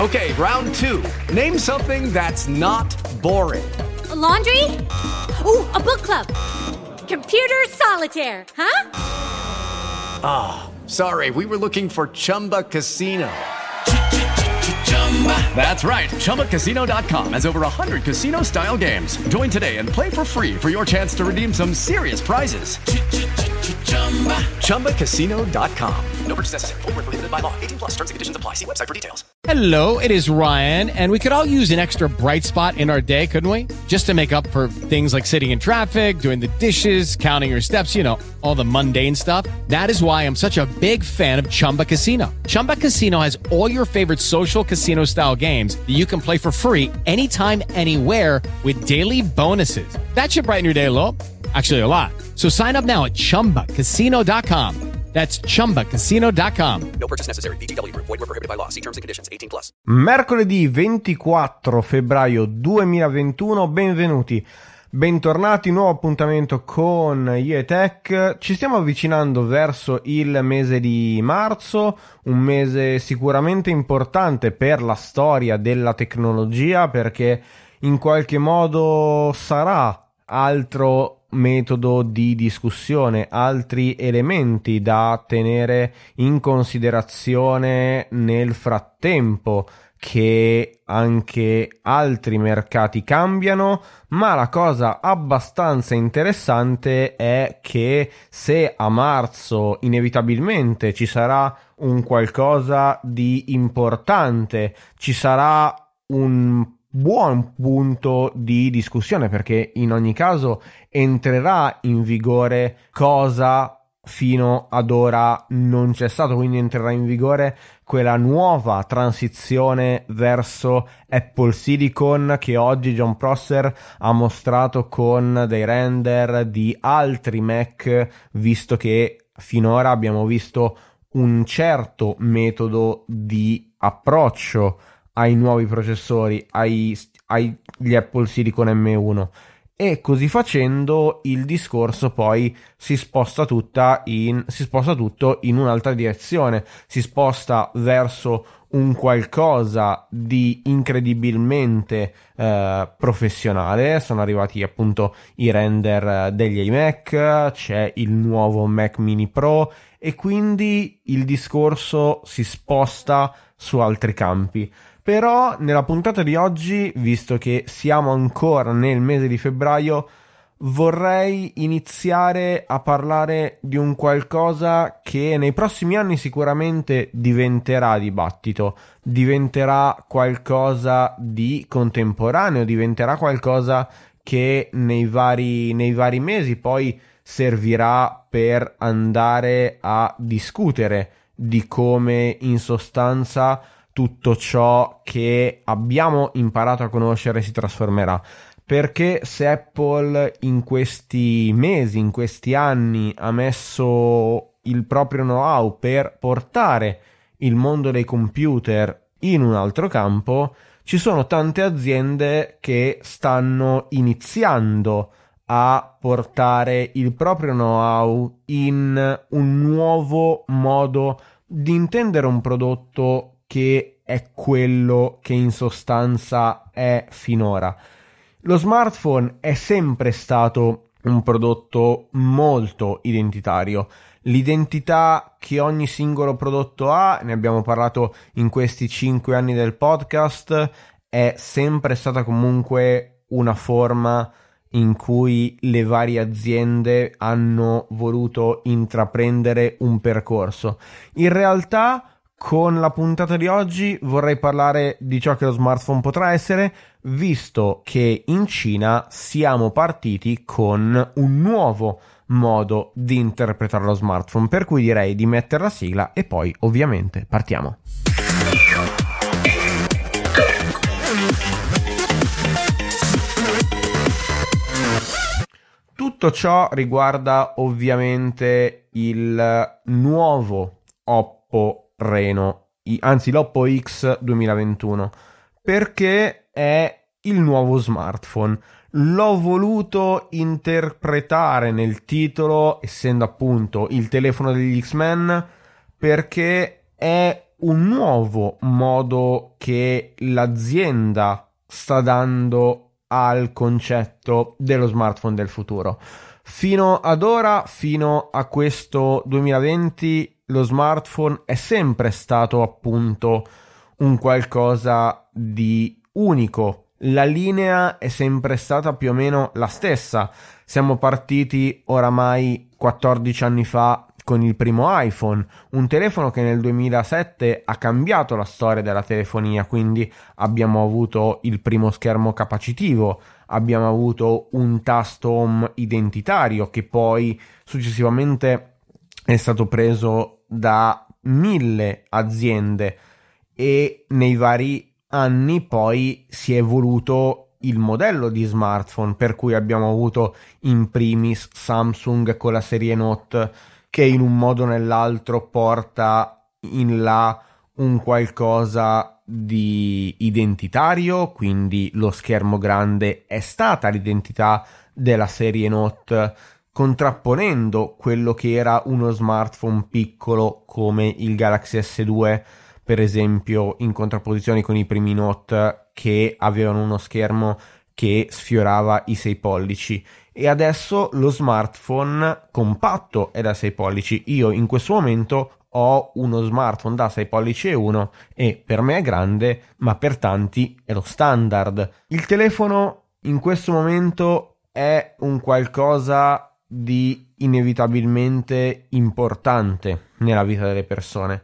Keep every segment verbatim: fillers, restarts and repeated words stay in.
Okay, round two. Name something that's not boring. A laundry? Ooh, a book club. Computer solitaire, huh? Ah, oh, sorry, we were looking for Chumba Casino. That's right, Chumba Casino dot com has over one hundred casino-style games. Join today and play for free for your chance to redeem some serious prizes. Chumba Casino dot com. No purchase necessary. Void where prohibited by law. eighteen plus terms and conditions apply. See website for details. Hello, it is Ryan, and we could all use an extra bright spot in our day, couldn't we? Just to make up for things like sitting in traffic, doing the dishes, counting your steps, you know, all the mundane stuff. That is why I'm such a big fan of Chumba Casino. Chumba Casino has all your favorite social casino-style games that you can play for free anytime, anywhere with daily bonuses. That should brighten your day a little. Actually, a lot. So sign up now at Chumba Casino dot com. That's Chumba Casino dot com. No purchase necessary. V G W. Void where prohibited by law. See terms and conditions. eighteen plus. Mercoledì ventiquattro febbraio duemilaventuno, benvenuti. Bentornati, nuovo appuntamento con YeTech. Ci stiamo avvicinando verso il mese di marzo, un mese sicuramente importante per la storia della tecnologia, perché in qualche modo sarà altro metodo di discussione, altri elementi da tenere in considerazione nel frattempo che anche altri mercati cambiano, ma la cosa abbastanza interessante è che se a marzo inevitabilmente ci sarà un qualcosa di importante, ci sarà un buon punto di discussione, perché in ogni caso entrerà in vigore cosa fino ad ora non c'è stato, quindi entrerà in vigore quella nuova transizione verso Apple Silicon che oggi John Prosser ha mostrato con dei render di altri Mac, visto che finora abbiamo visto un certo metodo di approccio ai nuovi processori, ai, agli Apple Silicon M uno, e così facendo il discorso poi si sposta tutta in si sposta tutto in un'altra direzione, si sposta verso un qualcosa di incredibilmente eh, professionale. Sono arrivati appunto i render degli iMac, c'è il nuovo Mac Mini Pro e quindi il discorso si sposta su altri campi. Però nella puntata di oggi, visto che siamo ancora nel mese di febbraio, vorrei iniziare a parlare di un qualcosa che nei prossimi anni sicuramente diventerà dibattito, diventerà qualcosa di contemporaneo, diventerà qualcosa che nei vari, nei vari mesi poi servirà per andare a discutere di come in sostanza tutto ciò che abbiamo imparato a conoscere si trasformerà. Perché se Apple in questi mesi, in questi anni ha messo il proprio know-how per portare il mondo dei computer in un altro campo, ci sono tante aziende che stanno iniziando a portare il proprio know-how in un nuovo modo di intendere un prodotto che è quello che in sostanza è finora. Lo smartphone è sempre stato un prodotto molto identitario. L'identità che ogni singolo prodotto ha, ne abbiamo parlato in questi cinque anni del podcast, è sempre stata comunque una forma in cui le varie aziende hanno voluto intraprendere un percorso. In realtà, con la puntata di oggi vorrei parlare di ciò che lo smartphone potrà essere, visto che in Cina siamo partiti con un nuovo modo di interpretare lo smartphone, per cui direi di mettere la sigla e poi ovviamente partiamo. Tutto ciò riguarda ovviamente il nuovo Oppo Reno, anzi l'Oppo X duemilaventuno, perché è il nuovo smartphone. L'ho voluto interpretare nel titolo, essendo appunto il telefono degli X-Men, perché è un nuovo modo che l'azienda sta dando al concetto dello smartphone del futuro. Fino ad ora, fino a questo duemilaventi, lo smartphone è sempre stato appunto un qualcosa di unico. La linea è sempre stata più o meno la stessa. Siamo partiti oramai quattordici anni fa con il primo iPhone, un telefono che nel duemilasette ha cambiato la storia della telefonia, quindi abbiamo avuto il primo schermo capacitivo, abbiamo avuto un tasto home identitario che poi successivamente è stato preso da mille aziende e nei vari anni poi si è evoluto il modello di smartphone, per cui abbiamo avuto in primis Samsung con la serie Note che in un modo o nell'altro porta in là un qualcosa di identitario, quindi lo schermo grande è stata l'identità della serie Note, contrapponendo quello che era uno smartphone piccolo come il Galaxy S due, per esempio, in contrapposizione con i primi Note che avevano uno schermo che sfiorava i sei pollici. E adesso lo smartphone compatto è da sei pollici. Io in questo momento ho uno smartphone da sei pollici e uno e per me è grande, ma per tanti è lo standard. Il telefono in questo momento è un qualcosa di inevitabilmente importante nella vita delle persone,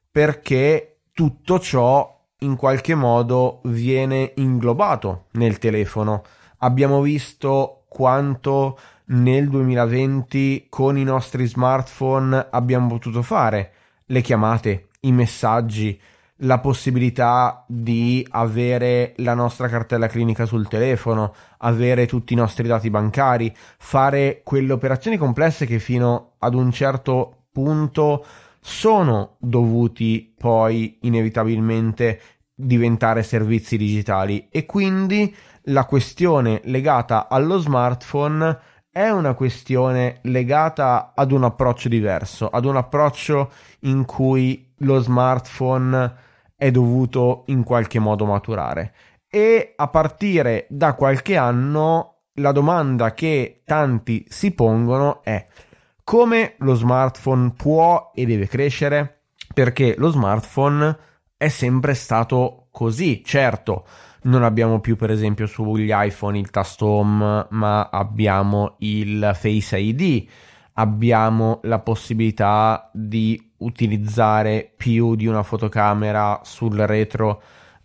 perché tutto ciò in qualche modo viene inglobato nel telefono. Abbiamo visto quanto nel duemilaventi con i nostri smartphone abbiamo potuto fare le chiamate, i messaggi, la possibilità di avere la nostra cartella clinica sul telefono, avere tutti i nostri dati bancari, fare quelle operazioni complesse che fino ad un certo punto sono dovuti poi inevitabilmente diventare servizi digitali. E quindi la questione legata allo smartphone è una questione legata ad un approccio diverso, ad un approccio in cui lo smartphone è dovuto in qualche modo maturare. E a partire da qualche anno la domanda che tanti si pongono è: come lo smartphone può e deve crescere? Perché lo smartphone è sempre stato così. Certo, non abbiamo più per esempio sugli iPhone il tasto home, ma abbiamo il Face I D, abbiamo la possibilità di utilizzare più di una fotocamera sul retro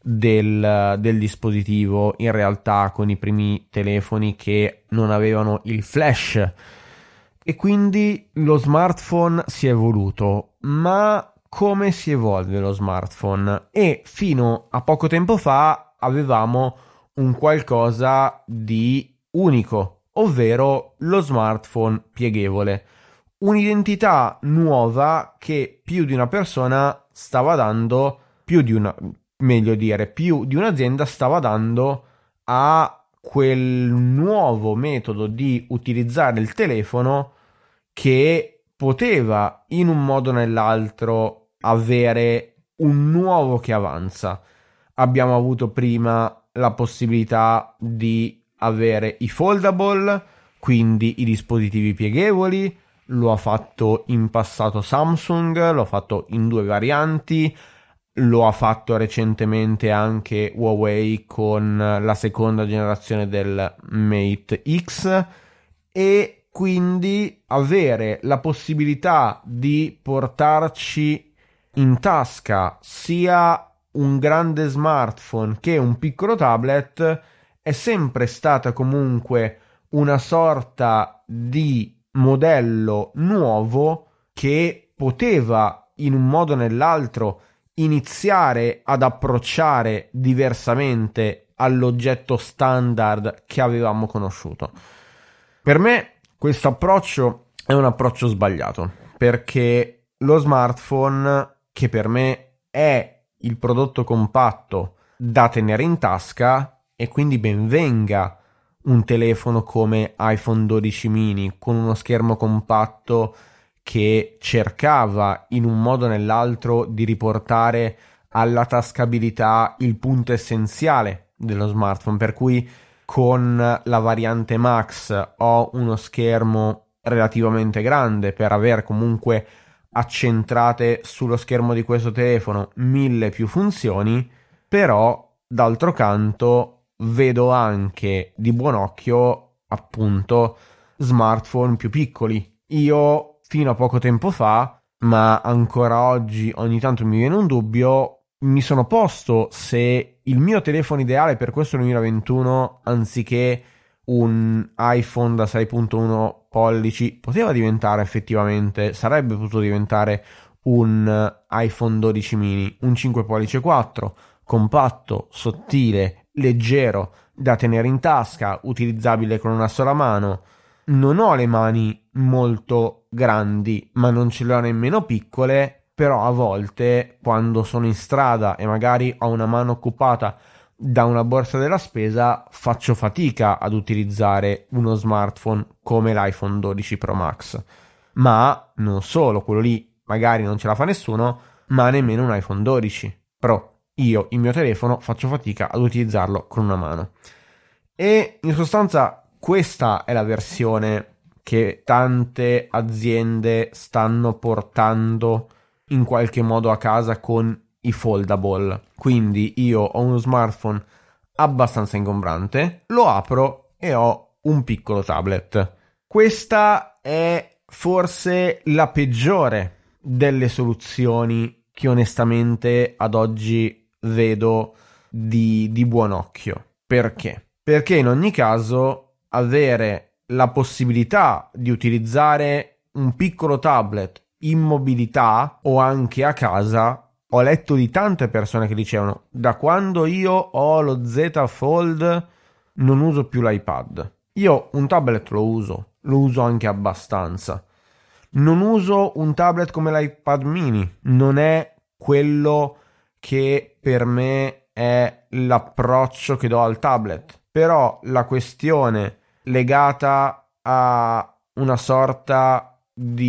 del, del dispositivo, in realtà con i primi telefoni che non avevano il flash. E quindi lo smartphone si è evoluto, ma come si evolve lo smartphone? E fino a poco tempo fa avevamo un qualcosa di unico, ovvero lo smartphone pieghevole, un'identità nuova che più di una persona stava dando, più di una, meglio dire, più di un'azienda stava dando a quel nuovo metodo di utilizzare il telefono che poteva in un modo o nell'altro avere un nuovo che avanza. Abbiamo avuto prima la possibilità di avere i foldable, quindi i dispositivi pieghevoli, lo ha fatto in passato Samsung, lo ha fatto in due varianti, lo ha fatto recentemente anche Huawei con la seconda generazione del Mate X, e quindi avere la possibilità di portarci in tasca sia un grande smartphone che un piccolo tablet è sempre stata comunque una sorta di modello nuovo che poteva in un modo o nell'altro iniziare ad approcciare diversamente all'oggetto standard che avevamo conosciuto. Per me questo approccio è un approccio sbagliato, perché lo smartphone, che per me è il prodotto compatto da tenere in tasca, e quindi ben venga un telefono come iPhone dodici mini con uno schermo compatto che cercava in un modo o nell'altro di riportare alla tascabilità il punto essenziale dello smartphone, per cui con la variante Max ho uno schermo relativamente grande per aver comunque accentrate sullo schermo di questo telefono mille più funzioni, però d'altro canto vedo anche di buon occhio appunto smartphone più piccoli. Io fino a poco tempo fa, ma ancora oggi ogni tanto mi viene un dubbio, mi sono posto se il mio telefono ideale per questo duemilaventuno, anziché un iPhone da sei virgola uno pollici, poteva diventare effettivamente, sarebbe potuto diventare un iPhone dodici mini, un cinque pollice quattro, compatto, sottile, leggero, da tenere in tasca, utilizzabile con una sola mano. Non ho le mani molto grandi, ma non ce le ho nemmeno piccole, però a volte quando sono in strada e magari ho una mano occupata da una borsa della spesa, faccio fatica ad utilizzare uno smartphone come l'iPhone dodici Pro Max. Ma non solo, quello lì magari non ce la fa nessuno, ma nemmeno un iPhone dodici Pro. Io il mio telefono faccio fatica ad utilizzarlo con una mano. E in sostanza questa è la versione che tante aziende stanno portando in qualche modo a casa con i foldable. Quindi io ho uno smartphone abbastanza ingombrante, lo apro e ho un piccolo tablet. Questa è forse la peggiore delle soluzioni che onestamente ad oggi vedo di, di buon occhio. Perché? Perché in ogni caso avere la possibilità di utilizzare un piccolo tablet in mobilità o anche a casa, ho letto di tante persone che dicevano: da quando io ho lo Z Fold non uso più l'iPad. Io un tablet lo uso, lo uso anche abbastanza. Non uso un tablet come l'iPad mini, non è quello che per me è l'approccio che do al tablet, però la questione legata a una sorta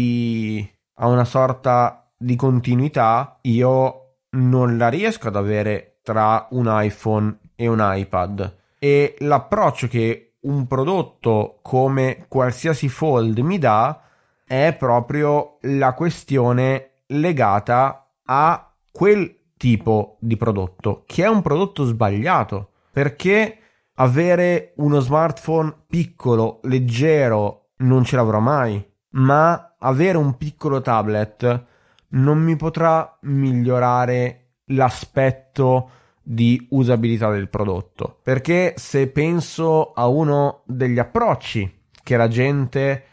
di a una sorta di continuità io non la riesco ad avere tra un iPhone e un iPad, e l'approccio che un prodotto come qualsiasi Fold mi dà è proprio la questione legata a quel tipo di prodotto, che è un prodotto sbagliato, perché avere uno smartphone piccolo, leggero, non ce l'avrò mai, ma avere un piccolo tablet non mi potrà migliorare l'aspetto di usabilità del prodotto, perché se penso a uno degli approcci che la gente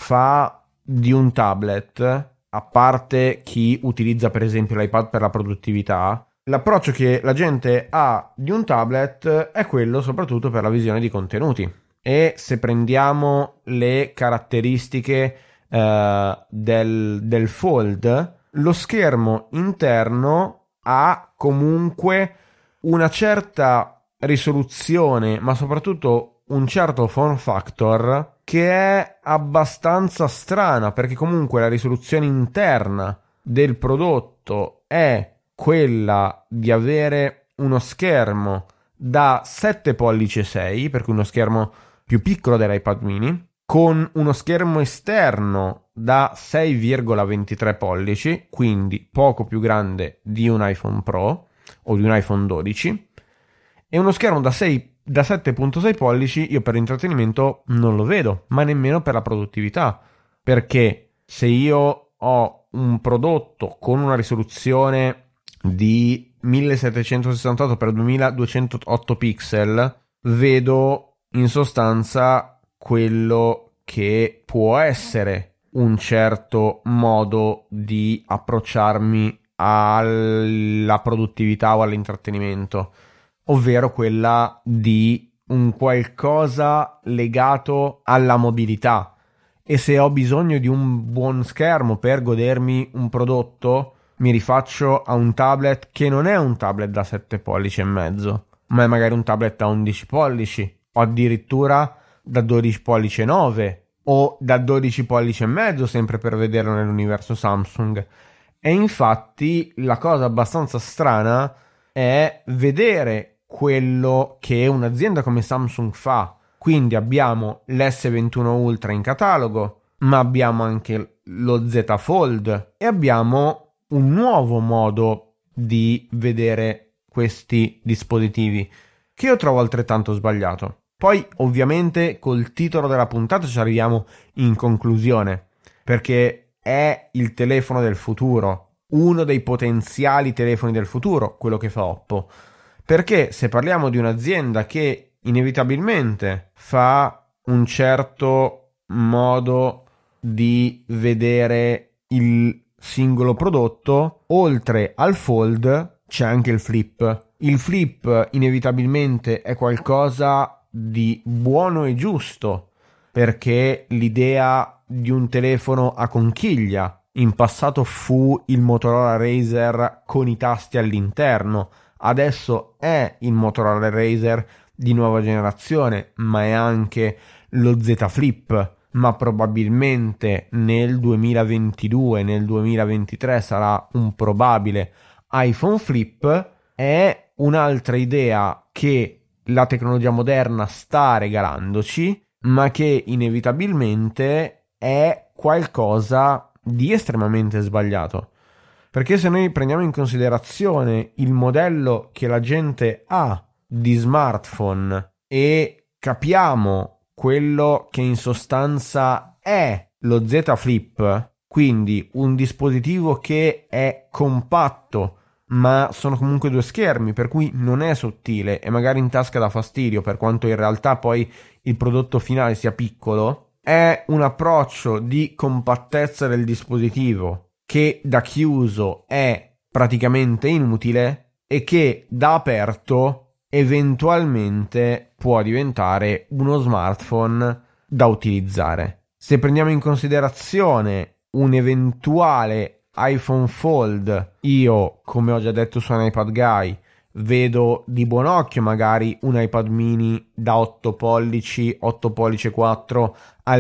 fa di un tablet, a parte chi utilizza per esempio l'iPad per la produttività, l'approccio che la gente ha di un tablet è quello soprattutto per la visione di contenuti. E se prendiamo le caratteristiche eh, del, del Fold, lo schermo interno ha comunque una certa risoluzione, ma soprattutto un certo form factor che è abbastanza strana, perché comunque la risoluzione interna del prodotto è quella di avere uno schermo da sette pollici e sei, per cui uno schermo più piccolo dell'iPad mini, con uno schermo esterno da sei virgola ventitré pollici, quindi poco più grande di un iPhone Pro o di un iPhone dodici, e uno schermo da, sei, da sette virgola sei pollici. Io per l'intrattenimento non lo vedo, ma nemmeno per la produttività, perché se io ho un prodotto con una risoluzione di millesettecentosessantotto per duemiladuecentootto pixel, vedo in sostanza quello che può essere un certo modo di approcciarmi alla produttività o all'intrattenimento, ovvero quella di un qualcosa legato alla mobilità. E se ho bisogno di un buon schermo per godermi un prodotto, mi rifaccio a un tablet che non è un tablet da sette pollici e mezzo, ma è magari un tablet da undici pollici o addirittura da dodici pollici e nove, o da dodici pollici e mezzo, sempre per vederlo nell'universo Samsung. E infatti la cosa abbastanza strana è vedere quello che un'azienda come Samsung fa. Quindi abbiamo l'esse ventuno Ultra in catalogo, ma abbiamo anche lo Z Fold e abbiamo un nuovo modo di vedere questi dispositivi che io trovo altrettanto sbagliato. Poi ovviamente col titolo della puntata ci arriviamo in conclusione, perché è il telefono del futuro, uno dei potenziali telefoni del futuro, quello che fa Oppo. Perché se parliamo di un'azienda che inevitabilmente fa un certo modo di vedere il singolo prodotto, oltre al Fold c'è anche il Flip. Il Flip inevitabilmente è qualcosa di buono e giusto, perché l'idea di un telefono a conchiglia in passato fu il Motorola Razr con i tasti all'interno, adesso è il Motorola Razr di nuova generazione, ma è anche lo Z Flip, ma probabilmente nel duemilaventidue, nel duemilaventitré sarà un probabile iPhone Flip. È un'altra idea che la tecnologia moderna sta regalandoci, ma che inevitabilmente è qualcosa di estremamente sbagliato. Perché se noi prendiamo in considerazione il modello che la gente ha di smartphone e capiamo quello che in sostanza è lo Z Flip, quindi un dispositivo che è compatto, ma sono comunque due schermi, per cui non è sottile e magari in tasca dà fastidio, per quanto in realtà poi il prodotto finale sia piccolo, è un approccio di compattezza del dispositivo che da chiuso è praticamente inutile e che da aperto eventualmente può diventare uno smartphone da utilizzare. Se prendiamo in considerazione un eventuale iPhone Fold, io, come ho già detto su un iPad Guy, vedo di buon occhio magari un iPad mini da otto pollici, otto pollici e quattro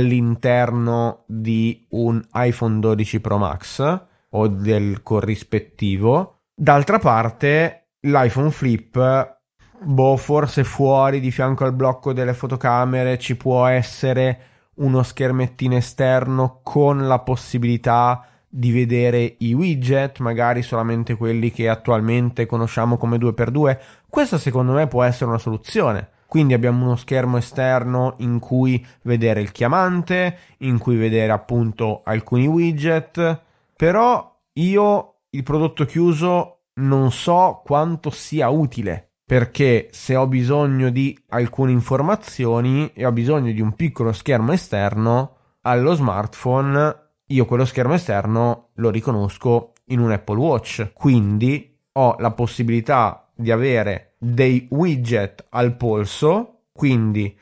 all'interno di un iPhone dodici Pro Max o del corrispettivo. D'altra parte l'iPhone Flip, boh, forse fuori di fianco al blocco delle fotocamere ci può essere uno schermettino esterno con la possibilità di vedere i widget, magari solamente quelli che attualmente conosciamo come due per due. Questa secondo me può essere una soluzione. Quindi abbiamo uno schermo esterno in cui vedere il chiamante, in cui vedere appunto alcuni widget, però io il prodotto chiuso non so quanto sia utile, perché se ho bisogno di alcune informazioni e ho bisogno di un piccolo schermo esterno allo smartphone, io quello schermo esterno lo riconosco in un Apple Watch, quindi ho la possibilità di avere dei widget al polso, quindi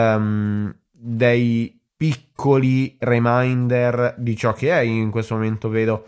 um, dei piccoli reminder di ciò che è. In questo momento vedo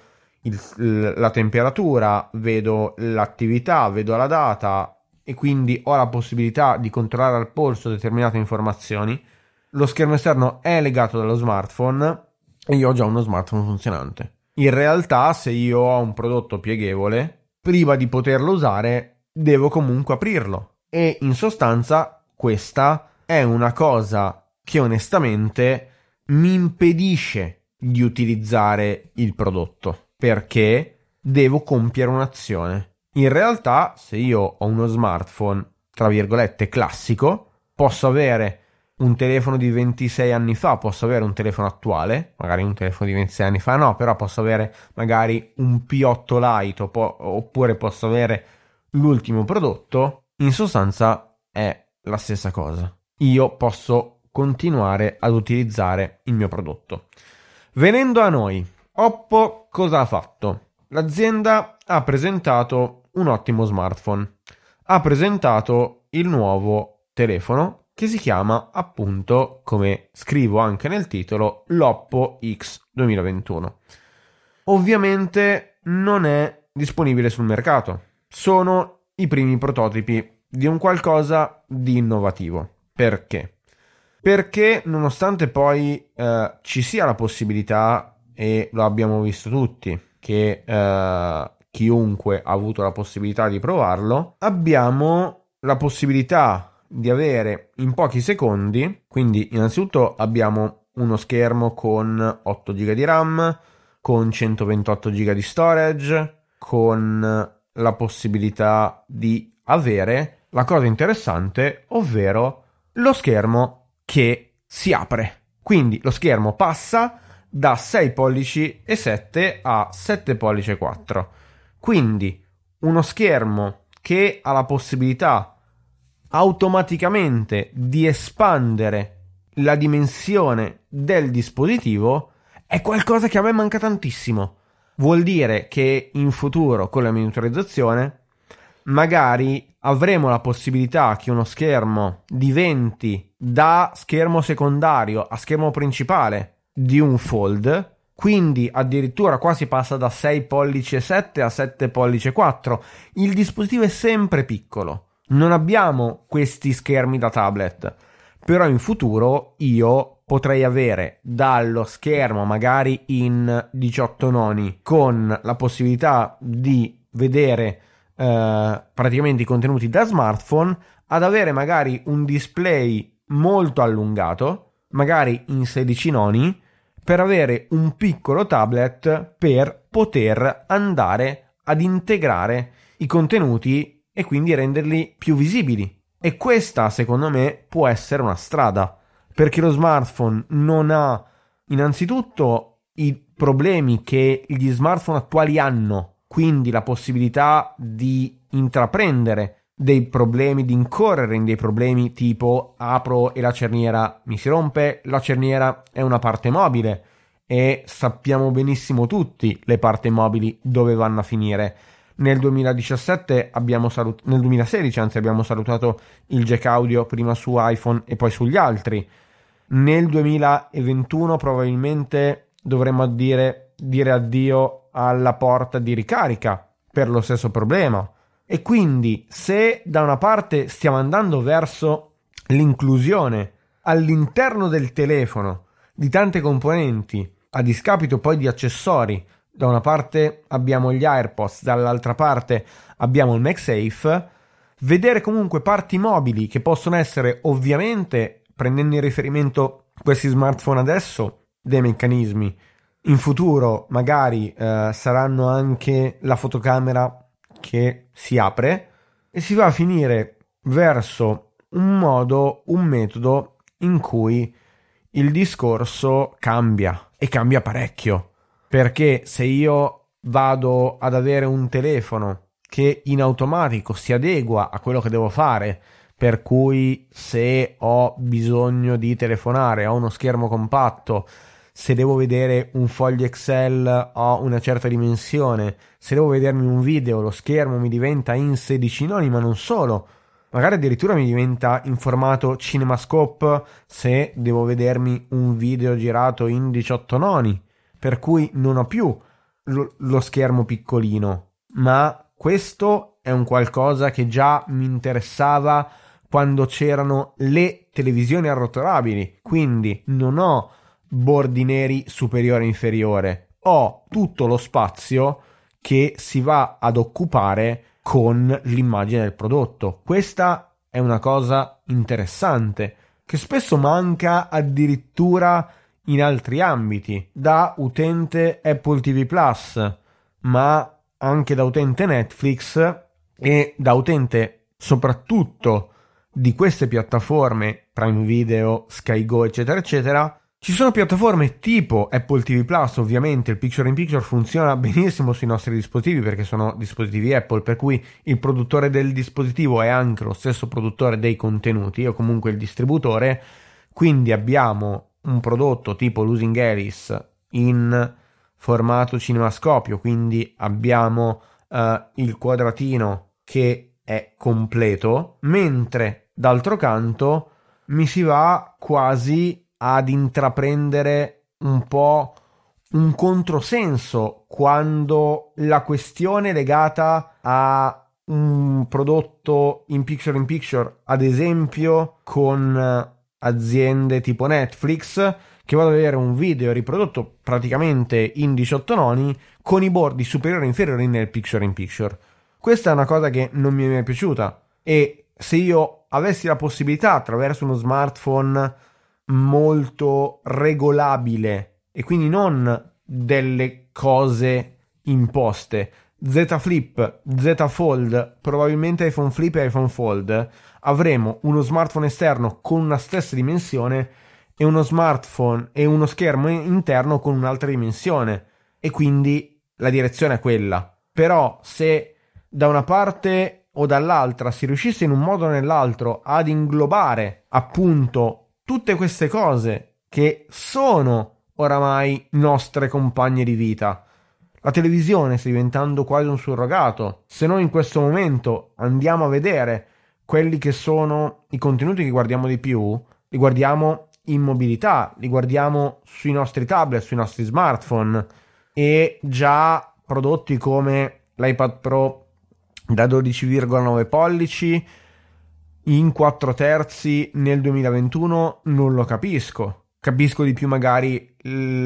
il, la temperatura, vedo l'attività, vedo la data e quindi ho la possibilità di controllare al polso determinate informazioni. Lo schermo esterno è legato dallo smartphone e io ho già uno smartphone funzionante. In realtà, se io ho un prodotto pieghevole, prima di poterlo usare devo comunque aprirlo, e in sostanza questa è una cosa che onestamente mi impedisce di utilizzare il prodotto, perché devo compiere un'azione. In realtà, se io ho uno smartphone tra virgolette classico, posso avere un telefono di ventisei anni fa, posso avere un telefono attuale, magari un telefono di ventisei anni fa no, però posso avere magari un P otto Lite po- oppure posso avere l'ultimo prodotto. In sostanza è la stessa cosa. Io posso continuare ad utilizzare il mio prodotto. Venendo a noi, Oppo cosa ha fatto? L'azienda ha presentato un ottimo smartphone. Ha presentato il nuovo telefono che si chiama appunto, come scrivo anche nel titolo, l'Oppo X duemilaventuno. Ovviamente non è disponibile sul mercato. Sono i primi prototipi di un qualcosa di innovativo. Perché? Perché nonostante poi eh, ci sia la possibilità, e lo abbiamo visto tutti, che eh, chiunque ha avuto la possibilità di provarlo, abbiamo la possibilità di avere in pochi secondi, quindi innanzitutto abbiamo uno schermo con otto giga di RAM, con centoventotto giga di storage, con la possibilità di avere la cosa interessante, ovvero lo schermo che si apre. Quindi lo schermo passa da sei pollici e sette a sette pollici e quattro. Quindi uno schermo che ha la possibilità automaticamente di espandere la dimensione del dispositivo è qualcosa che a me manca tantissimo. Vuol dire che in futuro, con la miniaturizzazione, magari avremo la possibilità che uno schermo diventi da schermo secondario a schermo principale di un fold, quindi addirittura qua si passa da sei pollici e sette a sette pollici e quattro. Il dispositivo è sempre piccolo, non abbiamo questi schermi da tablet, però in futuro io potrei avere dallo schermo magari in diciotto noni con la possibilità di vedere Uh, praticamente i contenuti da smartphone, ad avere magari un display molto allungato, magari in sedici noni, per avere un piccolo tablet per poter andare ad integrare i contenuti e quindi renderli più visibili. E questa, secondo me, può essere una strada, perché lo smartphone non ha innanzitutto i problemi che gli smartphone attuali hanno, quindi la possibilità di intraprendere dei problemi, di incorrere in dei problemi tipo apro e la cerniera mi si rompe. La cerniera è una parte mobile e sappiamo benissimo tutti le parti mobili dove vanno a finire. Nel duemiladiciassette abbiamo salut- nel duemilasedici anzi abbiamo salutato il jack audio prima su iPhone e poi sugli altri. Nel duemilaventuno probabilmente dovremmo dire, dire addio alla porta di ricarica per lo stesso problema. E quindi se da una parte stiamo andando verso l'inclusione all'interno del telefono di tante componenti a discapito poi di accessori, da una parte abbiamo gli AirPods, dall'altra parte abbiamo il MagSafe, vedere comunque parti mobili che possono essere, ovviamente prendendo in riferimento questi smartphone adesso, dei meccanismi. In futuro magari eh, saranno anche la fotocamera che si apre e si va a finire verso un modo, un metodo in cui il discorso cambia e cambia parecchio. Perché se io vado ad avere un telefono che in automatico si adegua a quello che devo fare, per cui se ho bisogno di telefonare, ho uno schermo compatto, se devo vedere un foglio Excel ho una certa dimensione, se devo vedermi un video lo schermo mi diventa in sedici noni, ma non solo, magari addirittura mi diventa in formato CinemaScope se devo vedermi un video girato in diciotto noni, per cui non ho più lo, lo schermo piccolino. Ma questo è un qualcosa che già mi interessava quando c'erano le televisioni arrotolabili, quindi non ho bordi neri superiore e inferiore, ho tutto lo spazio che si va ad occupare con l'immagine del prodotto. Questa è una cosa interessante che spesso manca addirittura in altri ambiti, da utente Apple T V Plus, ma anche da utente Netflix e da utente soprattutto di queste piattaforme Prime Video, Sky Go eccetera eccetera. Ci sono piattaforme tipo Apple T V Plus, ovviamente il Picture in Picture funziona benissimo sui nostri dispositivi perché sono dispositivi Apple, per cui il produttore del dispositivo è anche lo stesso produttore dei contenuti o comunque il distributore, quindi abbiamo un prodotto tipo Losing Alice in formato cinemascopio, quindi abbiamo uh, il quadratino che è completo, mentre d'altro canto mi si va quasi ad intraprendere un po' un controsenso quando la questione legata a un prodotto in picture in picture, ad esempio con aziende tipo Netflix che vado a vedere un video riprodotto praticamente in diciotto noni con i bordi superiori e inferiori nel picture in picture. Questa è una cosa che non mi è mai piaciuta, e se io avessi la possibilità attraverso uno smartphone molto regolabile e quindi non delle cose imposte, Z Flip, Z Fold, probabilmente iPhone Flip e iPhone Fold, avremo uno smartphone esterno con una stessa dimensione e uno smartphone e uno schermo interno con un'altra dimensione, e quindi la direzione è quella. Però se da una parte o dall'altra si riuscisse in un modo o nell'altro ad inglobare appunto tutte queste cose che sono oramai nostre compagne di vita. La televisione sta diventando quasi un surrogato. Se noi in questo momento andiamo a vedere quelli che sono i contenuti che guardiamo di più, li guardiamo in mobilità, li guardiamo sui nostri tablet, sui nostri smartphone, e già prodotti come l'iPad Pro da dodici virgola nove pollici in quattro terzi nel duemilaventuno non lo capisco. Capisco di più magari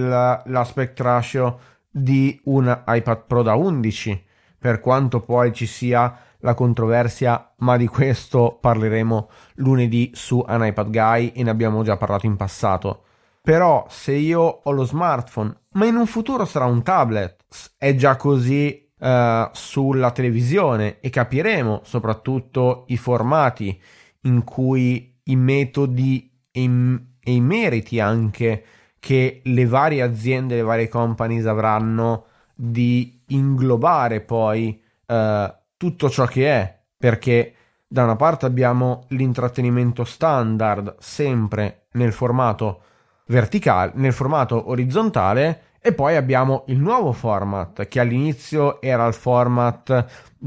l'aspect ratio di un iPad Pro da undici, per quanto poi ci sia la controversia, ma di questo parleremo lunedì su An iPad Guy e ne abbiamo già parlato in passato. Però se io ho lo smartphone, ma in un futuro sarà un tablet, è già così uh, sulla televisione, e capiremo soprattutto i formati in cui i metodi e i, e i meriti anche che le varie aziende, le varie companies avranno di inglobare poi uh, tutto ciò che è, perché da una parte abbiamo l'intrattenimento standard sempre nel formato verticale, nel formato orizzontale, e poi abbiamo il nuovo format che all'inizio era il format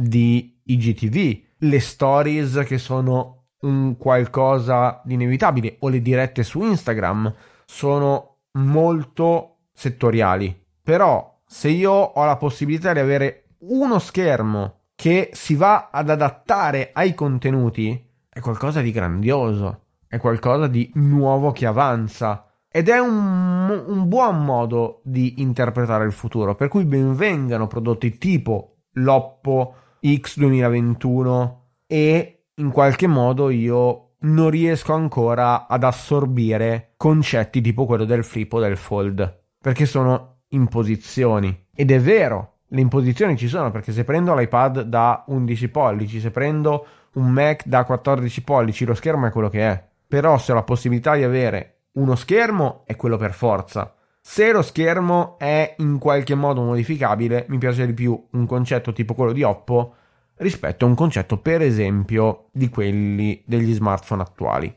di I G T V, le stories che sono un qualcosa di inevitabile, o le dirette su Instagram sono molto settoriali. Però se io ho la possibilità di avere uno schermo che si va ad adattare ai contenuti, è qualcosa di grandioso, è qualcosa di nuovo che avanza, ed è un, un buon modo di interpretare il futuro, per cui benvengano prodotti tipo l'Oppo X duemilaventuno, e in qualche modo io non riesco ancora ad assorbire concetti tipo quello del flip o del fold, perché sono imposizioni. Ed è vero, le imposizioni ci sono, perché se prendo l'iPad da undici pollici, se prendo un Mac da quattordici pollici, lo schermo è quello che è. Però se ho la possibilità di avere uno schermo, è quello per forza. Se lo schermo è in qualche modo modificabile, mi piace di più un concetto tipo quello di Oppo rispetto a un concetto, per esempio, di quelli degli smartphone attuali.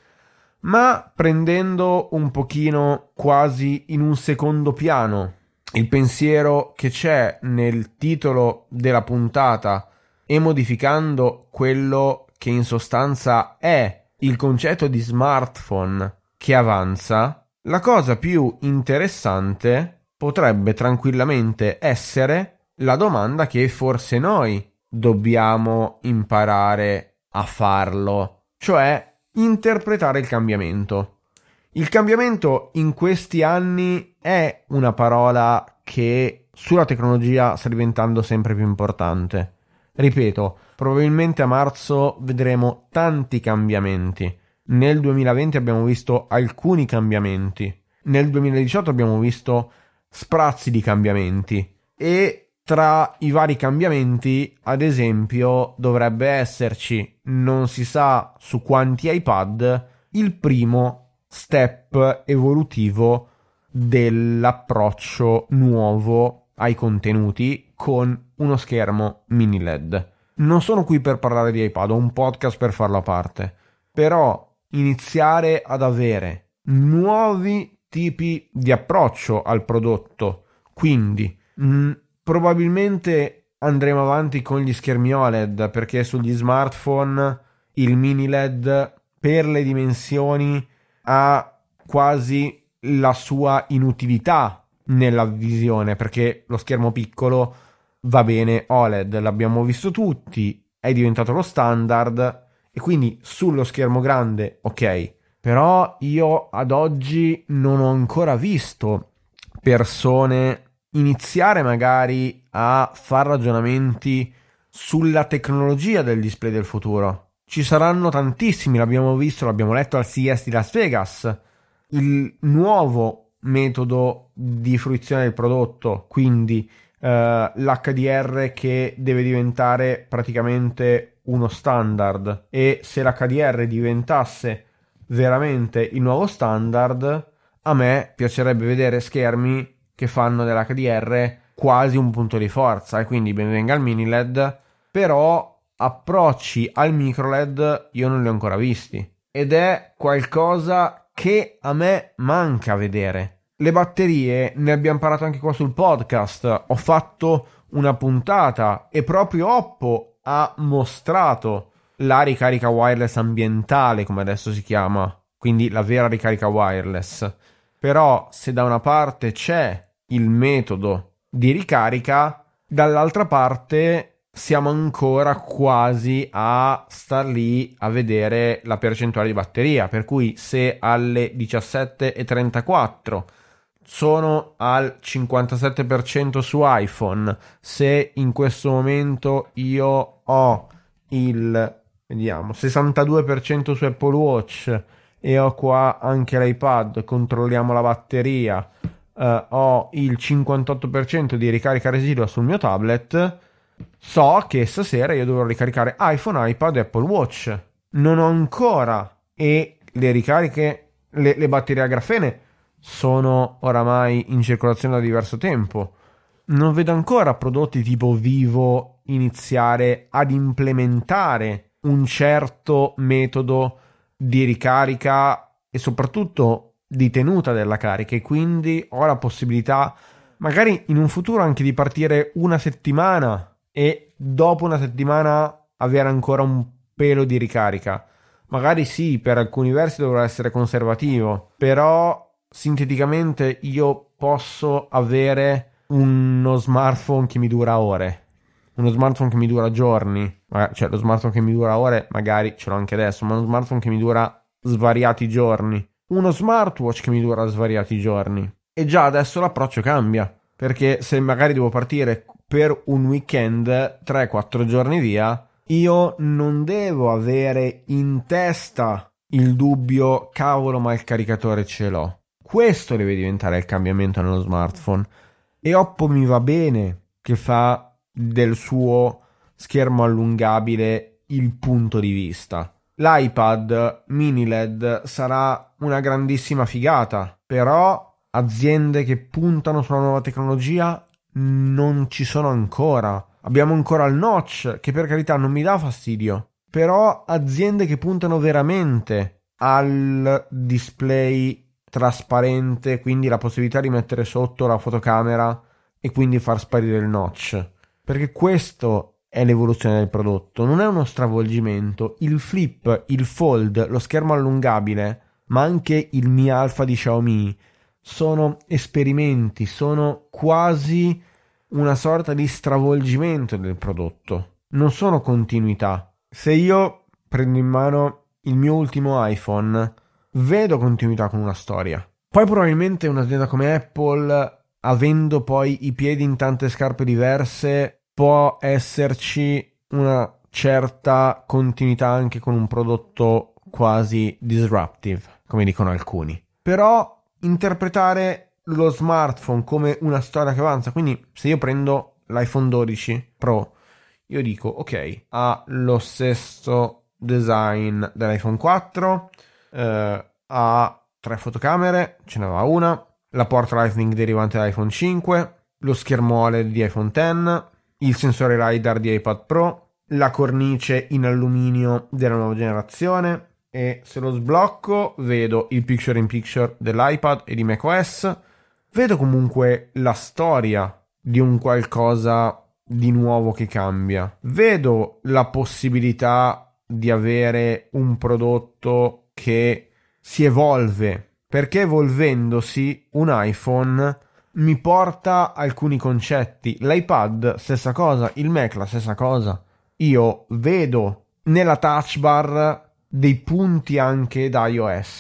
Ma prendendo un pochino quasi in un secondo piano il pensiero che c'è nel titolo della puntata e modificando quello che in sostanza è il concetto di smartphone che avanza, la cosa più interessante potrebbe tranquillamente essere la domanda che forse noi dobbiamo imparare a farlo, cioè interpretare il cambiamento. Il cambiamento in questi anni è una parola che sulla tecnologia sta diventando sempre più importante. Ripeto, probabilmente a marzo vedremo tanti cambiamenti. Nel duemilaventi abbiamo visto alcuni cambiamenti. Nel duemiladiciotto abbiamo visto sprazzi di cambiamenti. E tra i vari cambiamenti, ad esempio, dovrebbe esserci, non si sa su quanti iPad, il primo step evolutivo dell'approccio nuovo ai contenuti con uno schermo mini L E D. Non sono qui per parlare di iPad, ho un podcast per farlo a parte, però iniziare ad avere nuovi tipi di approccio al prodotto, quindi mh, probabilmente andremo avanti con gli schermi O L E D, perché sugli smartphone il mini L E D per le dimensioni ha quasi la sua inutilità nella visione, perché lo schermo piccolo va bene O L E D, l'abbiamo visto tutti, è diventato lo standard, e quindi sullo schermo grande ok, però io ad oggi non ho ancora visto persone iniziare magari a fare ragionamenti sulla tecnologia del display del futuro. Ci saranno tantissimi, l'abbiamo visto, l'abbiamo letto al C E S di Las Vegas, il nuovo metodo di fruizione del prodotto, quindi eh, l'H D R che deve diventare praticamente uno standard, e se l'H D R diventasse veramente il nuovo standard, a me piacerebbe vedere schermi che fanno dell'H D R quasi un punto di forza, e quindi ben venga il mini L E D, però approcci al micro L E D io non li ho ancora visti, ed è qualcosa che a me manca vedere. Le batterie ne abbiamo parlato anche qua sul podcast, ho fatto una puntata e proprio Oppo ha mostrato la ricarica wireless ambientale, come adesso si chiama, quindi la vera ricarica wireless. Però se da una parte c'è il metodo di ricarica, dall'altra parte siamo ancora quasi a star lì a vedere la percentuale di batteria, per cui se alle diciassette e trentaquattro sono al cinquantasette per cento su iPhone, se in questo momento io ho il vediamo sessantadue per cento su Apple Watch e ho qua anche l'iPad, controlliamo la batteria, eh, ho il cinquantotto per cento di ricarica residua sul mio tablet, so che stasera io dovrò ricaricare iPhone, iPad e Apple Watch. Non ho ancora, e le ricariche, le, le batterie a grafene sono oramai in circolazione da diverso tempo. Non vedo ancora prodotti tipo Vivo iniziare ad implementare un certo metodo di ricarica e soprattutto di tenuta della carica, e quindi ho la possibilità magari in un futuro anche di partire una settimana e dopo una settimana avere ancora un pelo di ricarica. Magari sì, per alcuni versi dovrà essere conservativo, però sinteticamente io posso avere uno smartphone che mi dura ore, uno smartphone che mi dura giorni, cioè lo smartphone che mi dura ore magari ce l'ho anche adesso, ma uno smartphone che mi dura svariati giorni, uno smartwatch che mi dura svariati giorni. E già adesso l'approccio cambia, perché se magari devo partire per un weekend tre quattro giorni via, io non devo avere in testa il dubbio cavolo ma il caricatore ce l'ho. Questo deve diventare il cambiamento nello smartphone, e Oppo mi va bene che fa del suo schermo allungabile il punto di vista. L'iPad mini L E D sarà una grandissima figata, però aziende che puntano sulla nuova tecnologia non ci sono ancora. Abbiamo ancora il notch, che per carità non mi dà fastidio, però aziende che puntano veramente al display trasparente, quindi la possibilità di mettere sotto la fotocamera e quindi far sparire il notch, perché questo è l'evoluzione del prodotto, non è uno stravolgimento. Il flip, il fold, lo schermo allungabile, ma anche il Mi Alpha di Xiaomi sono esperimenti, sono quasi una sorta di stravolgimento del prodotto, non sono continuità. Se io prendo in mano il mio ultimo iPhone, vedo continuità con una storia. Poi probabilmente un'azienda come Apple, avendo poi i piedi in tante scarpe diverse, può esserci una certa continuità anche con un prodotto quasi disruptive, come dicono alcuni. Però interpretare lo smartphone come una storia che avanza, quindi se io prendo l'iPhone dodici Pro, io dico ok, ha lo stesso design dell'iPhone quattro, eh, ha tre fotocamere, ce n'aveva una, la porta Lightning derivante dall'iPhone cinque, lo schermo O L E D di iPhone X, il sensore LiDAR di iPad Pro, la cornice in alluminio della nuova generazione, e se lo sblocco vedo il picture in picture dell'iPad e di macOS. Vedo comunque la storia di un qualcosa di nuovo che cambia. Vedo la possibilità di avere un prodotto che si evolve, perché evolvendosi un iPhone mi porta alcuni concetti. L'iPad stessa cosa, il Mac la stessa cosa. Io vedo nella touch bar dei punti anche da iOS,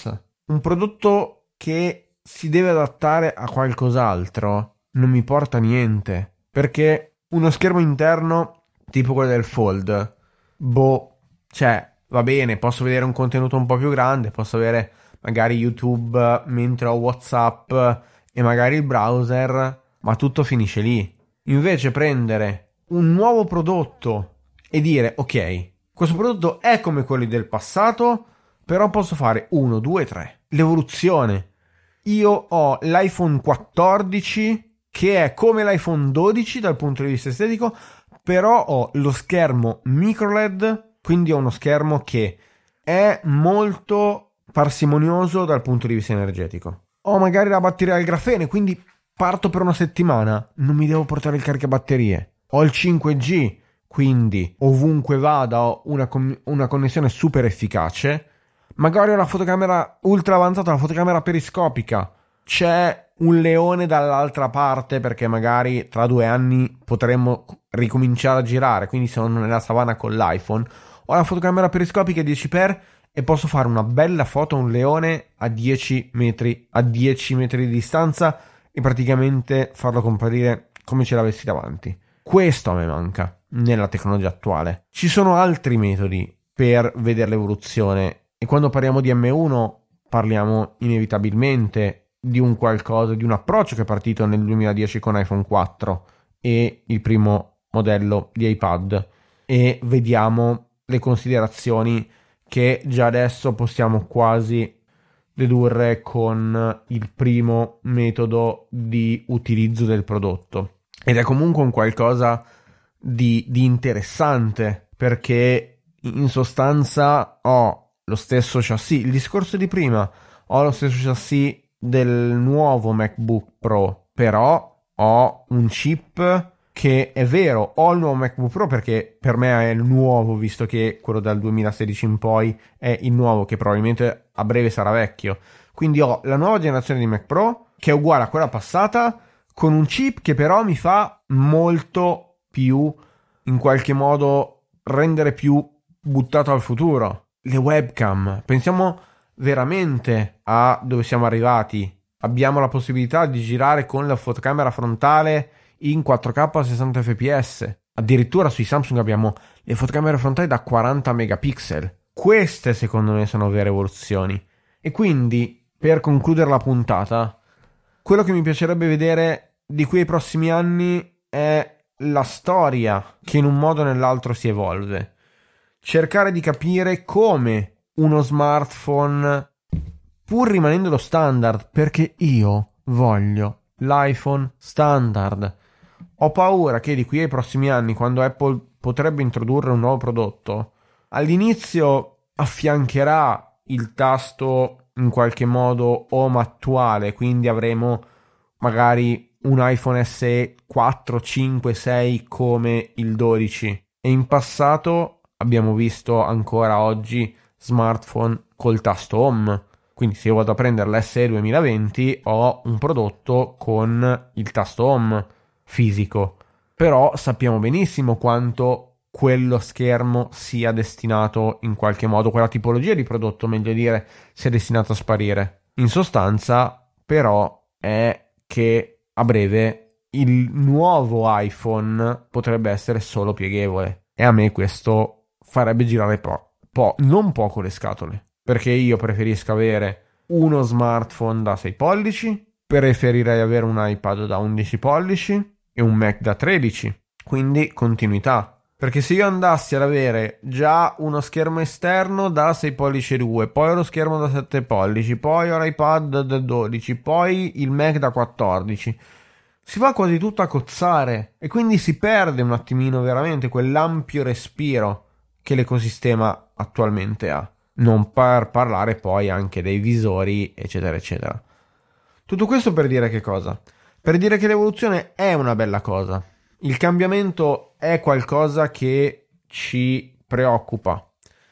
un prodotto che si deve adattare a qualcos'altro non mi porta niente, perché uno schermo interno tipo quello del Fold, boh, cioè va bene, posso vedere un contenuto un po' più grande, posso avere magari YouTube mentre ho WhatsApp e magari il browser, ma tutto finisce lì. Invece prendere un nuovo prodotto e dire ok, questo prodotto è come quelli del passato, però posso fare uno, due, tre, l'evoluzione. Io ho l'iPhone quattordici che è come l'iPhone dodici dal punto di vista estetico, però ho lo schermo micro L E D, quindi ho uno schermo che è molto parsimonioso dal punto di vista energetico. Ho magari la batteria al grafene, quindi parto per una settimana, non mi devo portare il caricabatterie. Ho il cinque G, quindi ovunque vada ho una, con- una connessione super efficace. Magari ho la fotocamera ultra avanzata, la fotocamera periscopica. C'è un leone dall'altra parte perché magari tra due anni potremmo ricominciare a girare, quindi sono nella savana con l'iPhone. Ho la fotocamera periscopica dieci per e posso fare una bella foto a un leone a dieci metri, a dieci metri di distanza e praticamente farlo comparire come ce l'avessi davanti. Questo a me manca nella tecnologia attuale. Ci sono altri metodi per vedere l'evoluzione e quando parliamo di M uno parliamo inevitabilmente di un qualcosa, di un approccio che è partito nel duemiladieci con iPhone quattro e il primo modello di iPad, e vediamo le considerazioni che già adesso possiamo quasi dedurre con il primo metodo di utilizzo del prodotto. Ed è comunque un qualcosa di, di interessante, perché in sostanza ho lo stesso chassis, il discorso di prima, ho lo stesso chassis del nuovo MacBook Pro, però ho un chip che è vero, ho il nuovo MacBook Pro perché per me è il nuovo, visto che quello dal duemilasedici in poi è il nuovo, che probabilmente a breve sarà vecchio. Quindi ho la nuova generazione di Mac Pro che è uguale a quella passata, con un chip che però mi fa molto più, in qualche modo, rendere più buttato al futuro. Le webcam, pensiamo veramente a dove siamo arrivati. Abbiamo la possibilità di girare con la fotocamera frontale in quattro K a sessanta F P S. Addirittura sui Samsung abbiamo le fotocamere frontali da quaranta megapixel. Queste secondo me sono vere evoluzioni. E quindi, per concludere la puntata, quello che mi piacerebbe vedere di qui ai prossimi anni è la storia che in un modo o nell'altro si evolve. Cercare di capire come uno smartphone, pur rimanendo lo standard, perché io voglio l'iPhone standard. Ho paura che di qui ai prossimi anni, quando Apple potrebbe introdurre un nuovo prodotto, all'inizio affiancherà il tasto in qualche modo home attuale, quindi avremo magari un iPhone S E quattro, cinque, sei come il dodici. E in passato abbiamo visto ancora oggi smartphone col tasto home. Quindi se io vado a prendere l'S E duemilaventi ho un prodotto con il tasto home fisico. Però sappiamo benissimo quanto quello schermo sia destinato in qualche modo, quella tipologia di prodotto, meglio dire, sia destinato a sparire. In sostanza, però, è che a breve il nuovo iPhone potrebbe essere solo pieghevole. E a me questo farebbe girare po', po', non poco le scatole. Perché io preferisco avere uno smartphone da sei pollici, preferirei avere un iPad da undici pollici e un Mac da tredici. Quindi continuità. Perché se io andassi ad avere già uno schermo esterno da sei pollici e due, poi lo schermo da sette pollici, poi ho l'iPad da dodici, poi il Mac da quattordici, si va quasi tutto a cozzare e quindi si perde un attimino veramente quell'ampio respiro che l'ecosistema attualmente ha. Non per parlare poi anche dei visori, eccetera, eccetera. Tutto questo per dire che cosa? Per dire che l'evoluzione è una bella cosa. Il cambiamento è qualcosa che ci preoccupa.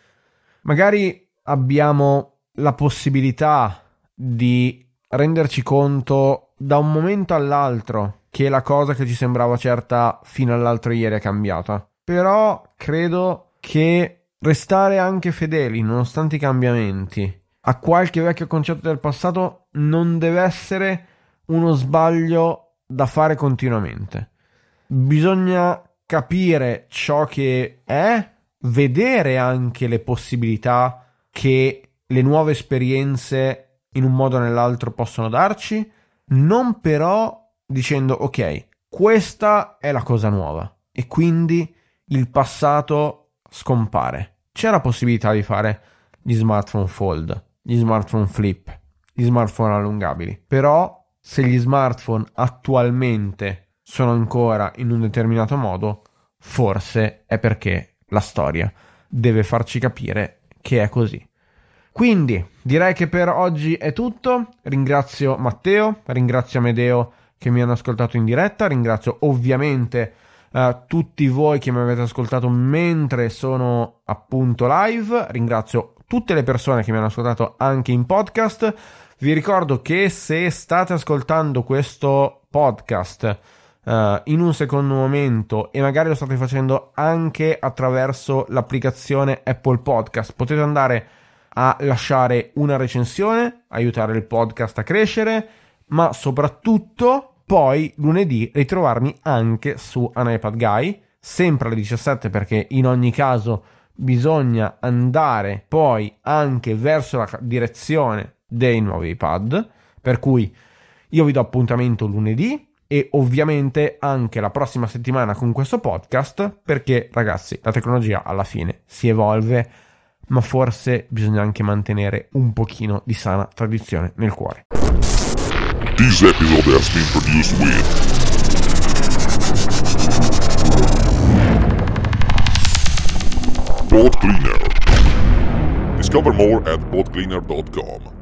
Magari abbiamo la possibilità di renderci conto da un momento all'altro che la cosa che ci sembrava certa fino all'altro ieri è cambiata. Però credo che restare anche fedeli nonostante i cambiamenti a qualche vecchio concetto del passato non deve essere uno sbaglio da fare continuamente. Bisogna capire ciò che è, vedere anche le possibilità che le nuove esperienze in un modo o nell'altro possono darci, non però dicendo ok, questa è la cosa nuova e quindi il passato scompare. C'è la possibilità di fare gli smartphone fold, gli smartphone flip, gli smartphone allungabili, però se gli smartphone attualmente sono ancora in un determinato modo, forse è perché la storia deve farci capire che è così. Quindi direi che per oggi è tutto. Ringrazio Matteo, ringrazio Amedeo che mi hanno ascoltato in diretta, ringrazio ovviamente uh, tutti voi che mi avete ascoltato mentre sono appunto live, ringrazio tutte le persone che mi hanno ascoltato anche in podcast. Vi ricordo che se state ascoltando questo podcast uh, in un secondo momento e magari lo state facendo anche attraverso l'applicazione Apple Podcast, potete andare a lasciare una recensione, aiutare il podcast a crescere, ma soprattutto poi lunedì ritrovarmi anche su An iPad Guy, sempre alle diciassette, perché in ogni caso bisogna andare poi anche verso la direzione dei nuovi iPad, per cui io vi do appuntamento lunedì e ovviamente anche la prossima settimana con questo podcast, perché ragazzi la tecnologia alla fine si evolve, ma forse bisogna anche mantenere un pochino di sana tradizione nel cuore. This episode has been produced with Pod Cleaner. Discover more at pod cleaner dot com.